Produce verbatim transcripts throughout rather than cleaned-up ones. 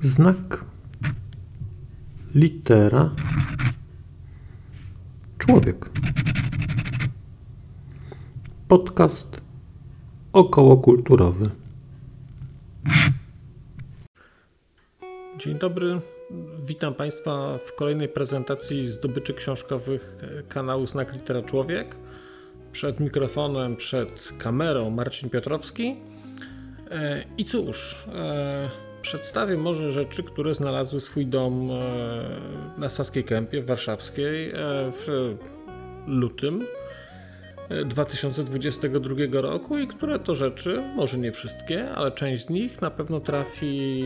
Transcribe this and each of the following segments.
Znak, litera, człowiek. Podcast okołokulturowy. Dzień dobry, witam Państwa w kolejnej prezentacji zdobyczy książkowych kanału Znak, litera, człowiek. Przed mikrofonem, przed kamerą Marcin Piotrowski. I cóż, przedstawię może rzeczy, które znalazły swój dom na Saskiej Kępie w warszawskiej w lutym dwa tysiące dwudziestego drugiego roku i które to rzeczy, może nie wszystkie, ale część z nich na pewno trafi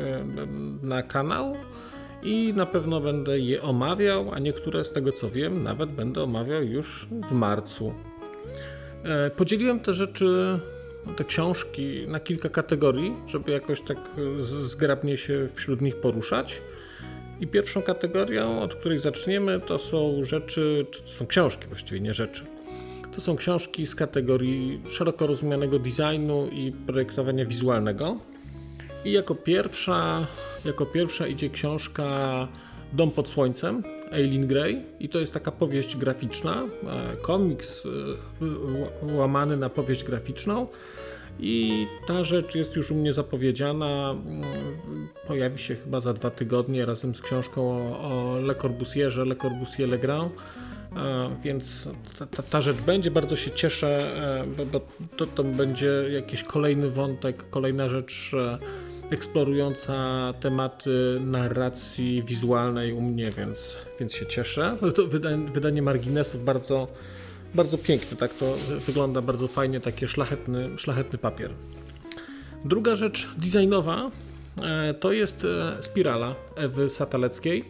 na kanał i na pewno będę je omawiał, a niektóre z tego co wiem nawet będę omawiał już w marcu. Podzieliłem te rzeczy, te książki na kilka kategorii, żeby jakoś tak zgrabnie się wśród nich poruszać. I pierwszą kategorią, od której zaczniemy, to są rzeczy, czy to są książki właściwie, nie rzeczy. To są książki z kategorii szeroko rozumianego designu i projektowania wizualnego. I jako pierwsza, jako pierwsza idzie książka Dom pod słońcem, Eileen Gray, i to jest taka powieść graficzna, komiks łamany na powieść graficzną. I ta rzecz jest już u mnie zapowiedziana, pojawi się chyba za dwa tygodnie razem z książką o, o Le Corbusierze, Le Corbusier Le Grand, więc ta, ta, ta rzecz będzie, bardzo się cieszę, bo, bo to, to będzie jakiś kolejny wątek, kolejna rzecz eksplorująca tematy narracji wizualnej u mnie, więc, więc się cieszę. To wydanie, wydanie marginesów bardzo Bardzo piękne, tak to wygląda, bardzo fajnie, taki szlachetny, szlachetny papier. Druga rzecz designowa to jest Spirala Ewy Sataleckiej.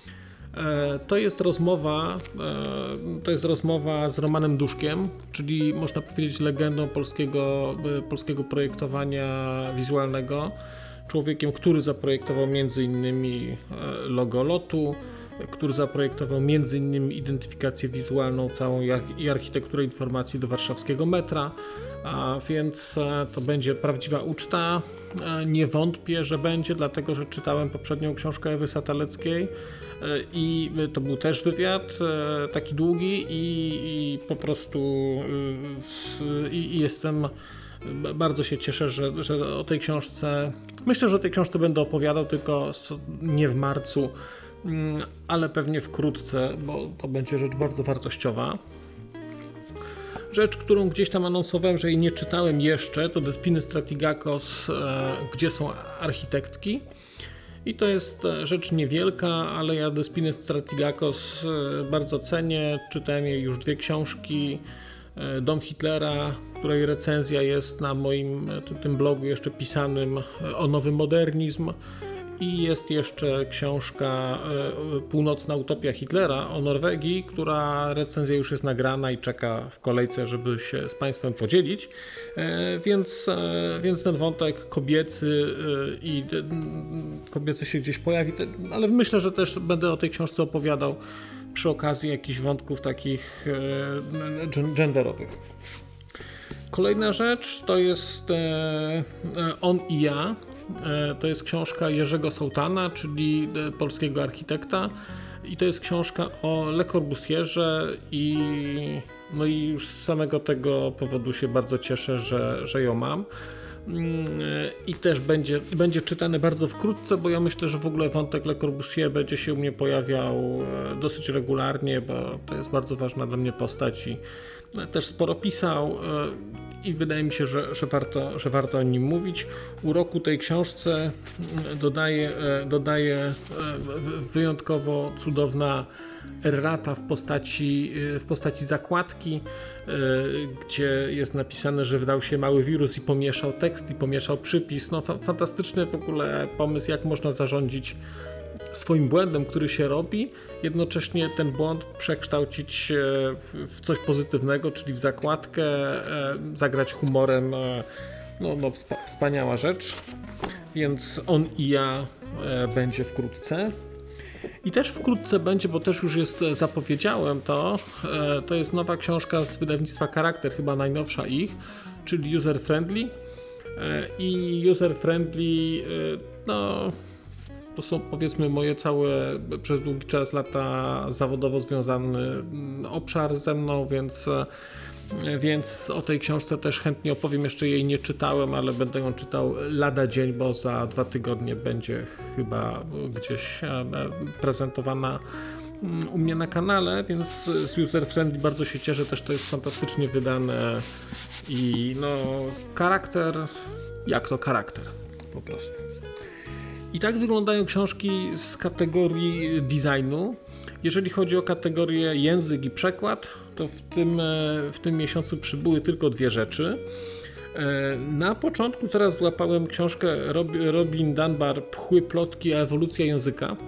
To jest rozmowa, to jest rozmowa z Romanem Duszkiem, czyli można powiedzieć legendą polskiego, polskiego projektowania wizualnego. Człowiekiem, który zaprojektował między innymi logo lotu, który zaprojektował między innymi identyfikację wizualną całą i architekturę informacji do warszawskiego metra, a więc to będzie prawdziwa uczta. Nie wątpię, że będzie, dlatego że czytałem poprzednią książkę Ewy Sataleckiej i to był też wywiad taki długi i, i po prostu i, i jestem bardzo się cieszę, że, że o tej książce, myślę, że o tej książce będę opowiadał, tylko nie w marcu, ale pewnie wkrótce, bo to będzie rzecz bardzo wartościowa. Rzecz, którą gdzieś tam anonsowałem, że jej nie czytałem jeszcze, to Despiny Stratigakos, Gdzie są architektki. I to jest rzecz niewielka, ale ja Despiny Stratigakos bardzo cenię. Czytałem jej już dwie książki. Dom Hitlera, której recenzja jest na moim tym blogu jeszcze pisanym, o nowy modernizm. I jest jeszcze książka Północna utopia Hitlera o Norwegii, która recenzja już jest nagrana i czeka w kolejce, żeby się z Państwem podzielić. Więc, więc ten wątek kobiecy i kobiecy się gdzieś pojawi, ale myślę, że też będę o tej książce opowiadał przy okazji jakichś wątków takich genderowych. Kolejna rzecz to jest On i ja. To jest książka Jerzego Sołtana, czyli polskiego architekta, i to jest książka o Le Corbusierze i, no i już z samego tego powodu się bardzo cieszę, że, że ją mam. I też będzie, będzie czytany bardzo wkrótce, bo ja myślę, że w ogóle wątek Le Corbusier będzie się u mnie pojawiał dosyć regularnie, bo to jest bardzo ważna dla mnie postać i też sporo pisał i wydaje mi się, że, że, warto, że warto o nim mówić. Uroku tej książce dodaje, dodaje wyjątkowo cudowna errata w postaci, w postaci zakładki, gdzie jest napisane, że wydał się mały wirus i pomieszał tekst i pomieszał przypis. No, fa- fantastyczny w ogóle pomysł, jak można zarządzić swoim błędem, który się robi, jednocześnie ten błąd przekształcić w coś pozytywnego, czyli w zakładkę, zagrać humorem. No, no wspa- wspaniała rzecz. Więc On i ja będzie wkrótce. I też wkrótce będzie, bo też już jest, zapowiedziałem to, to jest nowa książka z wydawnictwa Charakter, chyba najnowsza ich, czyli User Friendly. I User Friendly, no to są powiedzmy moje całe, przez długi czas, lata zawodowo związany obszar ze mną, więc, więc o tej książce też chętnie opowiem. Jeszcze jej nie czytałem, ale będę ją czytał lada dzień, bo za dwa tygodnie będzie chyba gdzieś prezentowana u mnie na kanale, więc z User Friendly bardzo się cieszę, też to jest fantastycznie wydane i no charakter, jak to charakter po prostu. I tak wyglądają książki z kategorii designu. Jeżeli chodzi o kategorię język i przekład, to w tym, w tym miesiącu przybyły tylko dwie rzeczy. Na początku teraz złapałem książkę Robin Dunbar Pchły, plotki a ewolucja języka.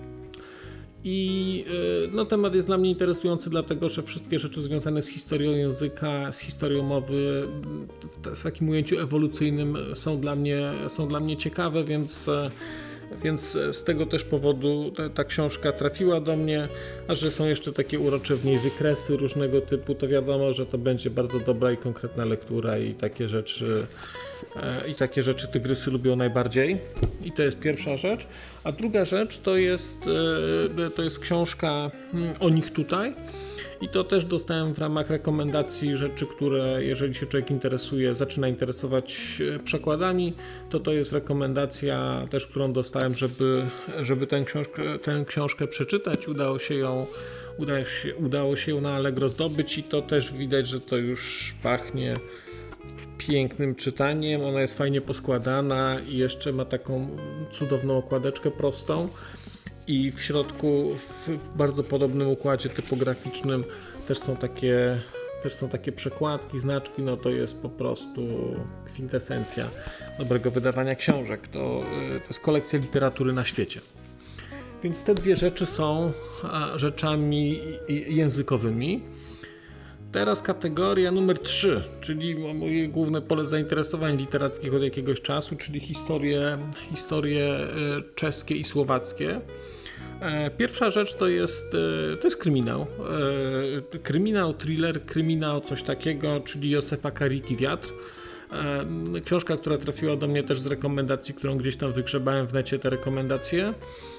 I no, temat jest dla mnie interesujący, dlatego że wszystkie rzeczy związane z historią języka, z historią mowy, w takim ujęciu ewolucyjnym są dla mnie, są dla mnie ciekawe, więc, więc z tego też powodu ta, ta książka trafiła do mnie, a że są jeszcze takie urocze w niej wykresy różnego typu, to wiadomo, że to będzie bardzo dobra i konkretna lektura i takie rzeczy i takie rzeczy tygrysy lubią najbardziej. I to jest pierwsza rzecz. A druga rzecz to jest, to jest książka O nich tutaj. I to też dostałem w ramach rekomendacji rzeczy, które jeżeli się człowiek interesuje, zaczyna interesować przekładami, to to jest rekomendacja też, którą dostałem, żeby, żeby tę książkę, tę książkę przeczytać. Udało się ją udało się, udało się ją na Allegro zdobyć i to też widać, że to już pachnie pięknym czytaniem, ona jest fajnie poskładana i jeszcze ma taką cudowną okładeczkę prostą i w środku w bardzo podobnym układzie typograficznym też są takie, też są takie przekładki, znaczki, no to jest po prostu kwintesencja dobrego wydawania książek, to, to jest kolekcja literatury na świecie. Więc te dwie rzeczy są rzeczami językowymi. Teraz kategoria numer trzy, czyli moje główne pole zainteresowań literackich od jakiegoś czasu, czyli historie, historie czeskie i słowackie. Pierwsza rzecz to jest, to jest kryminał. Kryminał, thriller, kryminał, coś takiego, czyli Józefa Kariki Wiatr. Książka, która trafiła do mnie też z rekomendacji, którą gdzieś tam wygrzebałem w necie, te rekomendacje.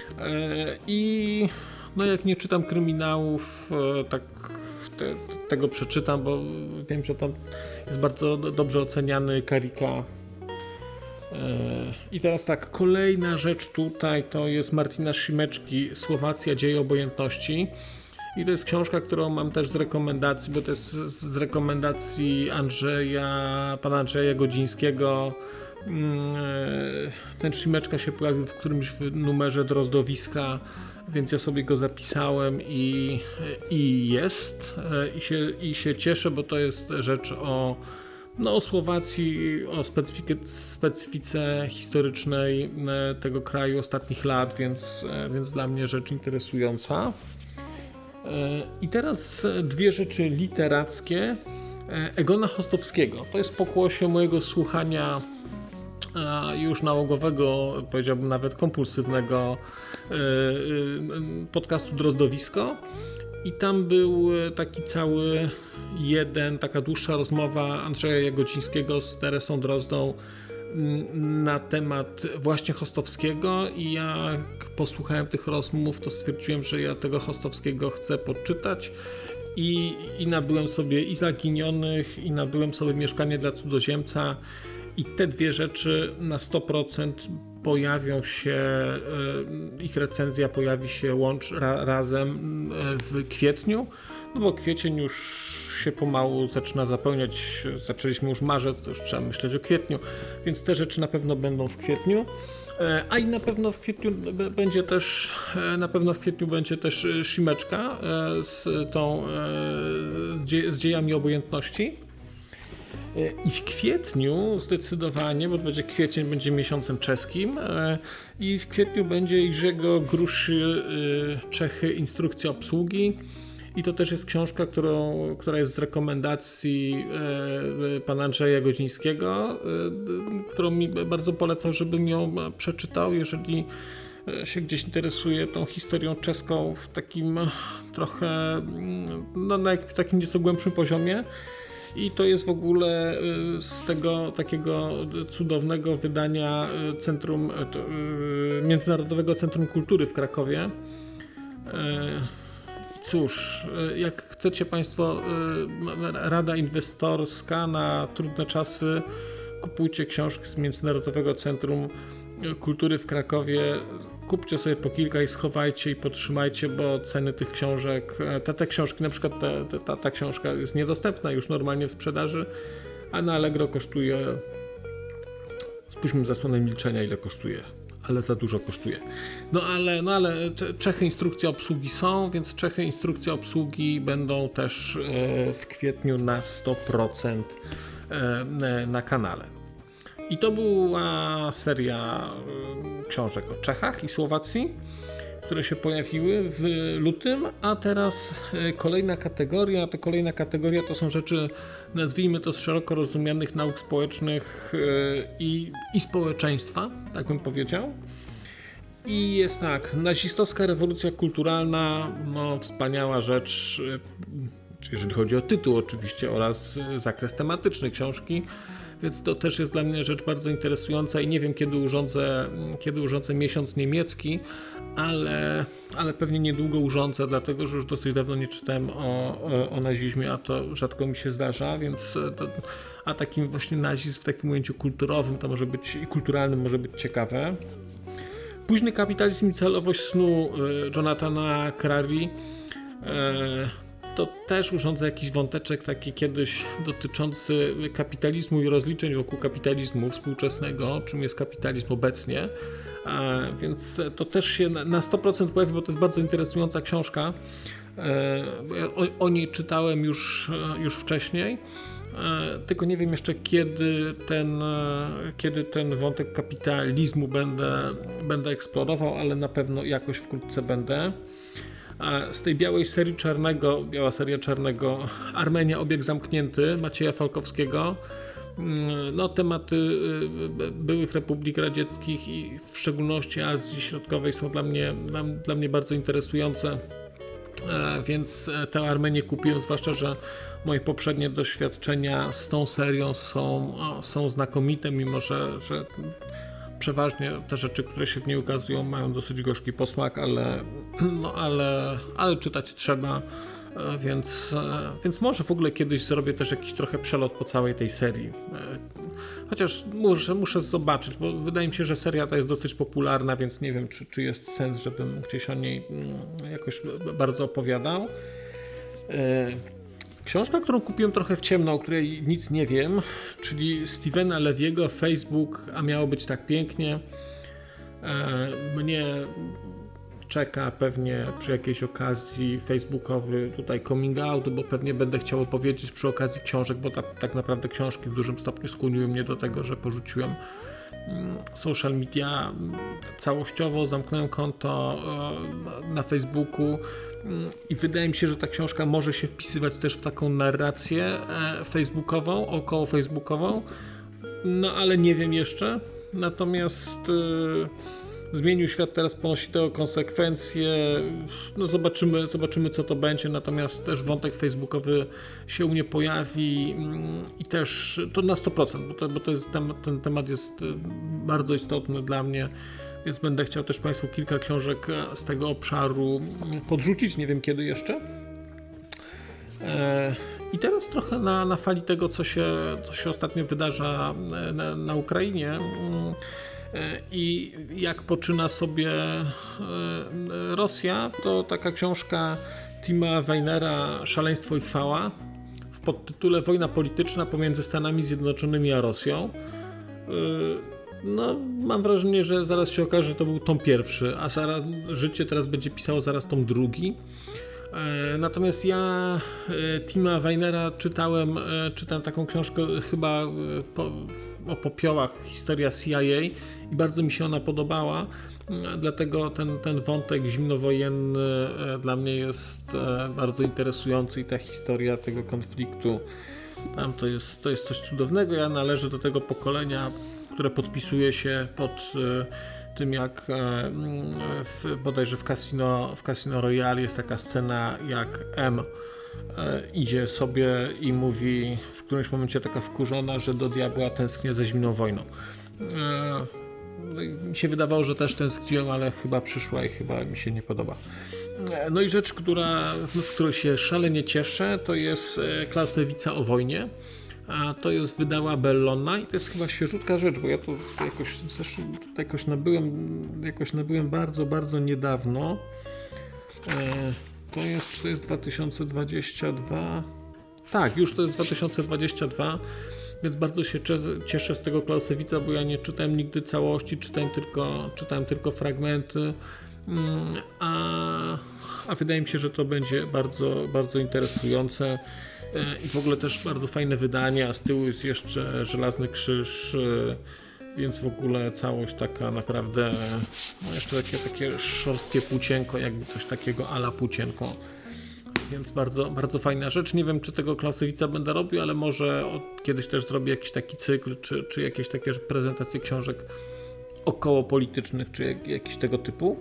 I no jak nie czytam kryminałów, tak te, tego przeczytam, bo wiem, że tam jest bardzo dobrze oceniany Karika. I teraz tak, kolejna rzecz tutaj to jest Martina Szymeczki Słowacja, dzieje obojętności. I to jest książka, którą mam też z rekomendacji, bo to jest z rekomendacji Andrzeja, pana Andrzeja Godzińskiego. Ten Szymeczka się pojawił w którymś numerze Drozdowiska, więc ja sobie go zapisałem i, i jest. I się, i się cieszę, bo to jest rzecz o, no, o Słowacji, o specyfice, specyfice historycznej tego kraju ostatnich lat, więc, więc dla mnie rzecz interesująca. I teraz dwie rzeczy literackie Egona Chostowskiego. To jest pokłosie mojego słuchania już nałogowego, powiedziałbym nawet kompulsywnego podcastu Drozdowisko. I tam był taki cały jeden, taka dłuższa rozmowa Andrzeja Jagodzińskiego z Teresą Drozdą na temat właśnie Chostowskiego i jak posłuchałem tych rozmów, to stwierdziłem, że ja tego Chostowskiego chcę poczytać i, i nabyłem sobie i Zaginionych, i nabyłem sobie Mieszkanie dla cudzoziemca i te dwie rzeczy na sto procent pojawią się, ich recenzja pojawi się łącz ra, razem w kwietniu, no bo kwiecień już się pomału zaczyna zapełniać, zaczęliśmy już marzec, to już trzeba myśleć o kwietniu, więc te rzeczy na pewno będą w kwietniu, a i na pewno w kwietniu będzie też, na pewno w kwietniu będzie też Szymeczka z tą, z dziejami obojętności. I w kwietniu zdecydowanie, bo będzie kwiecień, będzie miesiącem czeskim i w kwietniu będzie Jerzego Gruszy Czechy, instrukcja obsługi. I to też jest książka, którą, która jest z rekomendacji e, pana Andrzeja Godzińskiego, e, którą mi bardzo polecał, żebym ją przeczytał, jeżeli się gdzieś interesuje tą historią czeską w takim trochę, no na jakimś takim nieco głębszym poziomie. I to jest w ogóle z tego takiego cudownego wydania Centrum, Międzynarodowego Centrum Kultury w Krakowie. Cóż, jak chcecie Państwo, rada inwestorska na trudne czasy, kupujcie książki z Międzynarodowego Centrum Kultury w Krakowie, kupcie sobie po kilka i schowajcie i podtrzymajcie, bo ceny tych książek, te, te książki, na przykład te, ta, ta książka jest niedostępna już normalnie w sprzedaży, a na Allegro kosztuje, spójrzmy zasłonę milczenia, ile kosztuje, ale za dużo kosztuje. No ale, no ale Czechy instrukcje obsługi są, więc Czechy instrukcje obsługi będą też w kwietniu na sto procent na kanale. I to była seria książek o Czechach i Słowacji, które się pojawiły w lutym, a teraz kolejna kategoria, to kolejna kategoria to są rzeczy, nazwijmy to z szeroko rozumianych nauk społecznych i, i społeczeństwa, tak bym powiedział. I jest tak, nazistowska rewolucja kulturalna, no wspaniała rzecz, jeżeli chodzi o tytuł oczywiście oraz zakres tematyczny książki, więc to też jest dla mnie rzecz bardzo interesująca i nie wiem kiedy urządzę, kiedy urządzę miesiąc niemiecki, ale, ale pewnie niedługo urządzę, dlatego że już dosyć dawno nie czytałem o, o, o nazizmie, a to rzadko mi się zdarza, więc to, a takim właśnie nazizm w takim ujęciu kulturowym to może być i kulturalnym może być ciekawe. Późny kapitalizm i celowość snu Jonathana Crary. To też urządza jakiś wąteczek taki kiedyś dotyczący kapitalizmu i rozliczeń wokół kapitalizmu współczesnego, czym jest kapitalizm obecnie, a więc to też się na sto procent pojawi, bo to jest bardzo interesująca książka. O, o niej czytałem już, już wcześniej, tylko nie wiem jeszcze kiedy ten, kiedy ten wątek kapitalizmu będę, będę eksplorował, ale na pewno jakoś wkrótce będę. Z tej białej serii Czarnego, biała seria Czarnego, Armenia, obieg zamknięty Macieja Falkowskiego, no tematy byłych republik radzieckich i w szczególności Azji Środkowej są dla mnie, dla, dla mnie bardzo interesujące, więc tę Armenię kupiłem, zwłaszcza, że moje poprzednie doświadczenia z tą serią są, są znakomite, mimo że, że przeważnie te rzeczy, które się w niej ukazują, mają dosyć gorzki posmak, ale, no ale, ale czytać trzeba, więc, więc może w ogóle kiedyś zrobię też jakiś trochę przelot po całej tej serii. Chociaż muszę, muszę zobaczyć, bo wydaje mi się, że seria ta jest dosyć popularna, więc nie wiem, czy, czy jest sens, żebym gdzieś o niej jakoś bardzo opowiadał. Książka, którą kupiłem trochę w ciemno, o której nic nie wiem, czyli Stevena Leviego, Facebook, a miało być tak pięknie. Mnie czeka pewnie przy jakiejś okazji facebookowy tutaj coming out, bo pewnie będę chciał opowiedzieć przy okazji książek, bo ta, tak naprawdę książki w dużym stopniu skłoniły mnie do tego, że porzuciłem social media całościowo, zamknąłem konto na Facebooku i wydaje mi się, że ta książka może się wpisywać też w taką narrację facebookową, około facebookową, no ale nie wiem jeszcze, natomiast zmienił świat, teraz ponosi tego konsekwencje, no zobaczymy, zobaczymy co to będzie, natomiast też wątek facebookowy się u mnie pojawi i też to na sto procent, bo to, bo to jest, ten temat jest bardzo istotny dla mnie, więc będę chciał też Państwu kilka książek z tego obszaru podrzucić, nie wiem kiedy jeszcze. I teraz trochę na, na fali tego, co się, co się ostatnio wydarza na, na Ukrainie, i jak poczyna sobie Rosja, to taka książka Tima Weinera Szaleństwo i chwała w podtytule Wojna polityczna pomiędzy Stanami Zjednoczonymi a Rosją. No, mam wrażenie, że zaraz się okaże, że to był tom pierwszy, a zaraz, życie teraz będzie pisało zaraz tom drugi. Natomiast ja Tima Weinera czytałem, czytałem taką książkę chyba po, o popiołach, historia C I A i bardzo mi się ona podobała, dlatego ten, ten wątek zimnowojenny dla mnie jest bardzo interesujący i ta historia tego konfliktu tam to jest, to jest coś cudownego. Ja należę do tego pokolenia, które podpisuje się pod tym, jak w, bodajże w Casino, w Casino Royale jest taka scena, jak M idzie sobie i mówi w którymś momencie taka wkurzona, że do diabła tęsknię za zimną wojną. Mi się wydawało, że też tęskniłem, ale chyba przyszła i chyba mi się nie podoba. No i rzecz, która, z której się szalenie cieszę, to jest Clausewitza o wojnie. A to jest wydała Bellona i to jest chyba świeżutka rzecz, bo ja to jakoś, zresztą jakoś nabyłem, jakoś nabyłem bardzo, bardzo niedawno. To jest, to jest dwa tysiące dwudziesty drugi. Tak, już to jest dwa tysiące dwudziesty drugi, więc bardzo się cieszę z tego Clausewitza, bo ja nie czytałem nigdy całości, czytałem tylko, czytałem tylko fragmenty, a, a wydaje mi się, że to będzie bardzo, bardzo interesujące i w ogóle też bardzo fajne wydanie, a z tyłu jest jeszcze Żelazny Krzyż, więc w ogóle całość taka naprawdę, no jeszcze takie, takie szorstkie płócienko, jakby coś takiego a la płócienko. Więc bardzo, bardzo fajna rzecz. Nie wiem, czy tego Clausewitza będę robił, ale może od, kiedyś też zrobię jakiś taki cykl, czy, czy jakieś takie prezentacje książek okołopolitycznych, czy jak, jakiś tego typu.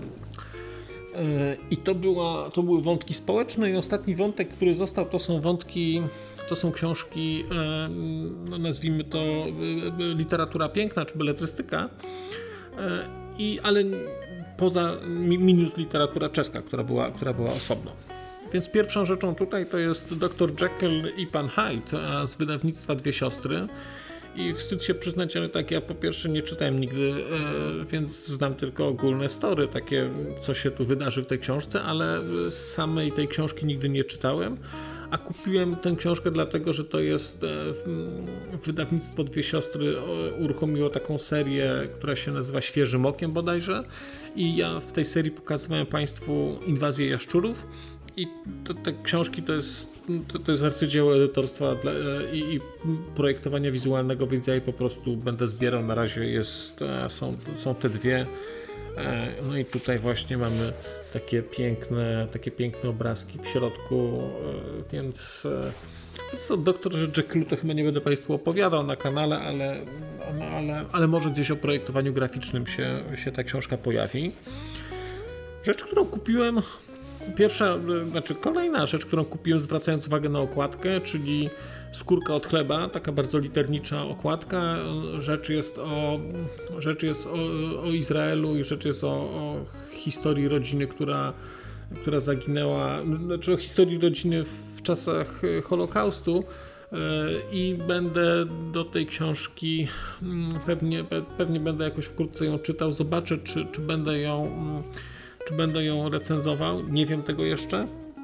I to, była, to były wątki społeczne i ostatni wątek, który został, to są wątki, to są książki, no nazwijmy to literatura piękna, czy beletrystyka, i, ale poza minus literatura czeska, która była, która była osobno. Więc pierwszą rzeczą tutaj to jest doktor Jekyll i pan Hyde z wydawnictwa Dwie Siostry. I wstyd się przyznać, ale tak, ja po pierwsze nie czytałem nigdy, więc znam tylko ogólne story, takie co się tu wydarzy w tej książce, ale samej tej książki nigdy nie czytałem, a kupiłem tę książkę dlatego, że to jest wydawnictwo Dwie Siostry uruchomiło taką serię, która się nazywa Świeżym Okiem bodajże, i ja w tej serii pokazywałem Państwu Inwazję Jaszczurów. I te, te książki to jest, to, to jest arcydzieło edytorstwa dla, i, i projektowania wizualnego, więc ja je po prostu będę zbierał. Na razie jest, są, są te dwie. No i tutaj właśnie mamy takie piękne, takie piękne obrazki w środku, więc co, doktorze Jekyllu to chyba nie będę Państwu opowiadał na kanale, ale, ale, ale może gdzieś o projektowaniu graficznym się, się ta książka pojawi. Rzecz, którą kupiłem, Pierwsza, znaczy kolejna rzecz, którą kupiłem, zwracając uwagę na okładkę, czyli Skórka od chleba, taka bardzo liternicza okładka. Rzecz jest o, rzecz jest o, o Izraelu i rzecz jest o, o historii rodziny, która, która zaginęła, znaczy o historii rodziny w czasach Holokaustu. I będę do tej książki pewnie, pewnie będę jakoś wkrótce ją czytał, zobaczę, czy, czy będę ją Czy będę ją recenzował, nie wiem tego jeszcze.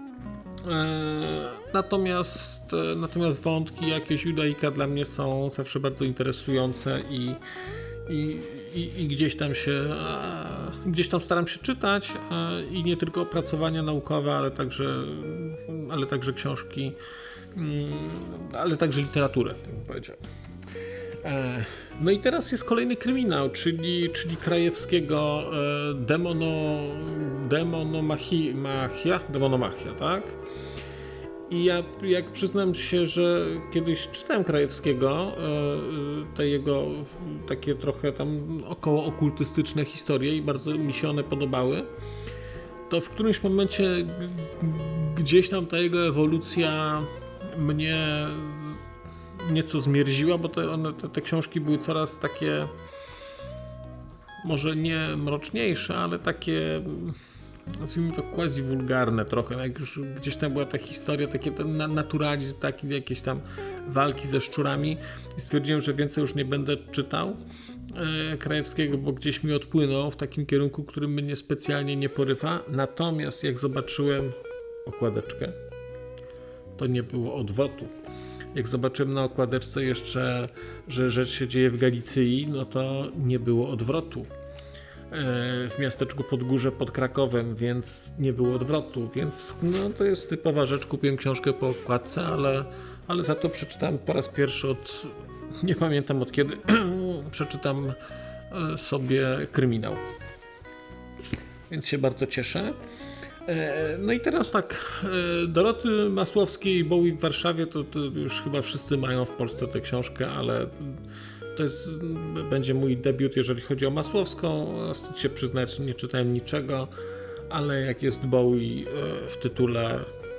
Natomiast, natomiast wątki jakieś judaika dla mnie są zawsze bardzo interesujące i, i, i, i gdzieś tam się gdzieś tam staram się czytać i nie tylko opracowania naukowe, ale także, ale także książki, ale także literaturę, tak bym powiedział. No i teraz jest kolejny kryminał, czyli, czyli Krajewskiego demono, demonomachia, demonomachia, tak? I ja jak przyznam się, że kiedyś czytałem Krajewskiego, te jego takie trochę tam około okultystyczne historie i bardzo mi się one podobały, to w którymś momencie gdzieś tam ta jego ewolucja mnie nieco zmierziła, bo te, one, te, te książki były coraz takie, może nie mroczniejsze, ale takie, nazwijmy to quasi wulgarne trochę. Jak już gdzieś tam była ta historia, taki ten naturalizm, taki jakieś tam walki ze szczurami i stwierdziłem, że więcej już nie będę czytał e, Krajewskiego, bo gdzieś mi odpłynął w takim kierunku, który mnie specjalnie nie porywa. Natomiast jak zobaczyłem okładeczkę, to nie było odwrotu. Jak zobaczyłem na okładeczce jeszcze, że rzecz się dzieje w Galicji, no to nie było odwrotu. W miasteczku Podgórze pod Krakowem, więc nie było odwrotu, więc no, to jest typowa rzecz. Kupiłem książkę po okładce, ale, ale za to przeczytałem po raz pierwszy od, nie pamiętam od kiedy, przeczytam sobie kryminał. Więc się bardzo cieszę. No i teraz tak, Doroty Masłowskiej, Bowie w Warszawie, to, to już chyba wszyscy mają w Polsce tę książkę, ale to jest, będzie mój debiut, jeżeli chodzi o Masłowską. Wstyd się przyznać, nie czytałem niczego, ale jak jest Bowie w tytule,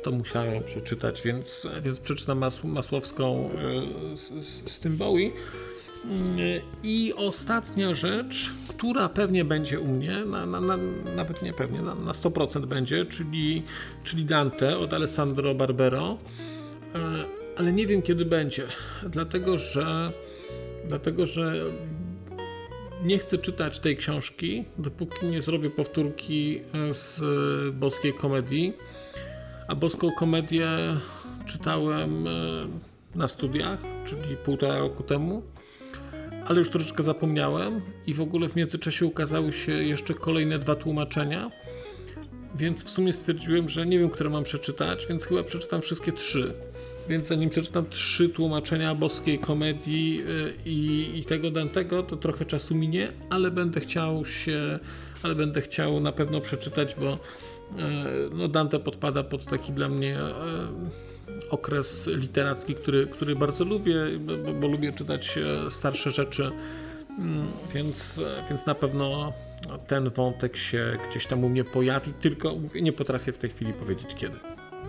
to musiałem ją przeczytać, więc, więc przeczytam Mas- Masłowską y, z, z, z tym Bowie. I ostatnia rzecz, która pewnie będzie u mnie, na, na, na, nawet nie pewnie, na, na sto procent będzie, czyli, czyli Dante od Alessandro Barbero, ale nie wiem kiedy będzie, dlatego że, dlatego, że nie chcę czytać tej książki, dopóki nie zrobię powtórki z Boskiej Komedii, a Boską Komedię czytałem na studiach, czyli półtora roku temu. Ale już troszeczkę zapomniałem i w ogóle w międzyczasie ukazały się jeszcze kolejne dwa tłumaczenia, więc w sumie stwierdziłem, że nie wiem, które mam przeczytać, więc chyba przeczytam wszystkie trzy. Więc zanim przeczytam trzy tłumaczenia Boskiej Komedii i, i tego Dantego, to trochę czasu minie, ale będę chciał się, ale będę chciał na pewno przeczytać, bo no, Dante podpada pod taki dla mnie okres literacki, który, który bardzo lubię, bo, bo lubię czytać starsze rzeczy, więc, więc na pewno ten wątek się gdzieś tam u mnie pojawi, tylko nie potrafię w tej chwili powiedzieć kiedy.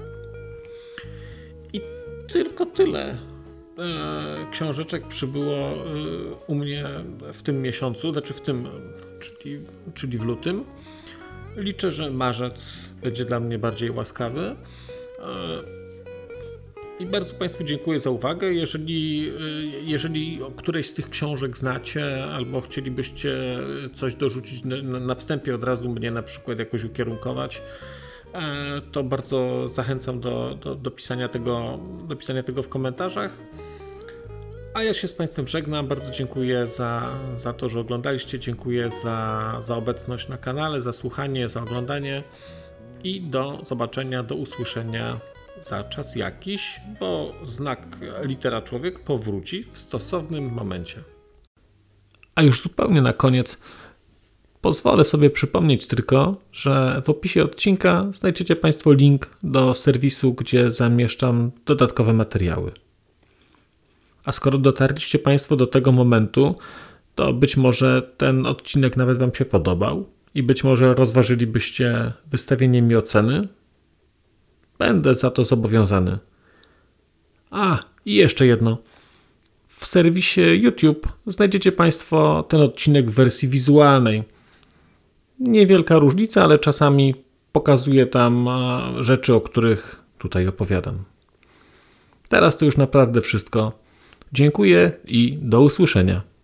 I tylko tyle książeczek przybyło u mnie w tym miesiącu, znaczy w tym, czyli, czyli w lutym. Liczę, że marzec będzie dla mnie bardziej łaskawy. I bardzo Państwu dziękuję za uwagę. Jeżeli, jeżeli któreś z tych książek znacie albo chcielibyście coś dorzucić na, na wstępie, od razu mnie na przykład jakoś ukierunkować, to bardzo zachęcam do, do, do, pisania tego, do pisania tego w komentarzach. A ja się z Państwem żegnam. Bardzo dziękuję za, za to, że oglądaliście. Dziękuję za, za obecność na kanale, za słuchanie, za oglądanie i do zobaczenia, do usłyszenia za czas jakiś, bo znak litera człowiek powróci w stosownym momencie. A już zupełnie na koniec pozwolę sobie przypomnieć tylko, że w opisie odcinka znajdziecie Państwo link do serwisu, gdzie zamieszczam dodatkowe materiały. A skoro dotarliście Państwo do tego momentu, to być może ten odcinek nawet Wam się podobał i być może rozważylibyście wystawienie mi oceny. Będę za to zobowiązany. A, i jeszcze jedno. W serwisie YouTube znajdziecie Państwo ten odcinek w wersji wizualnej. Niewielka różnica, ale czasami pokazuję tam rzeczy, o których tutaj opowiadam. Teraz to już naprawdę wszystko. Dziękuję i do usłyszenia.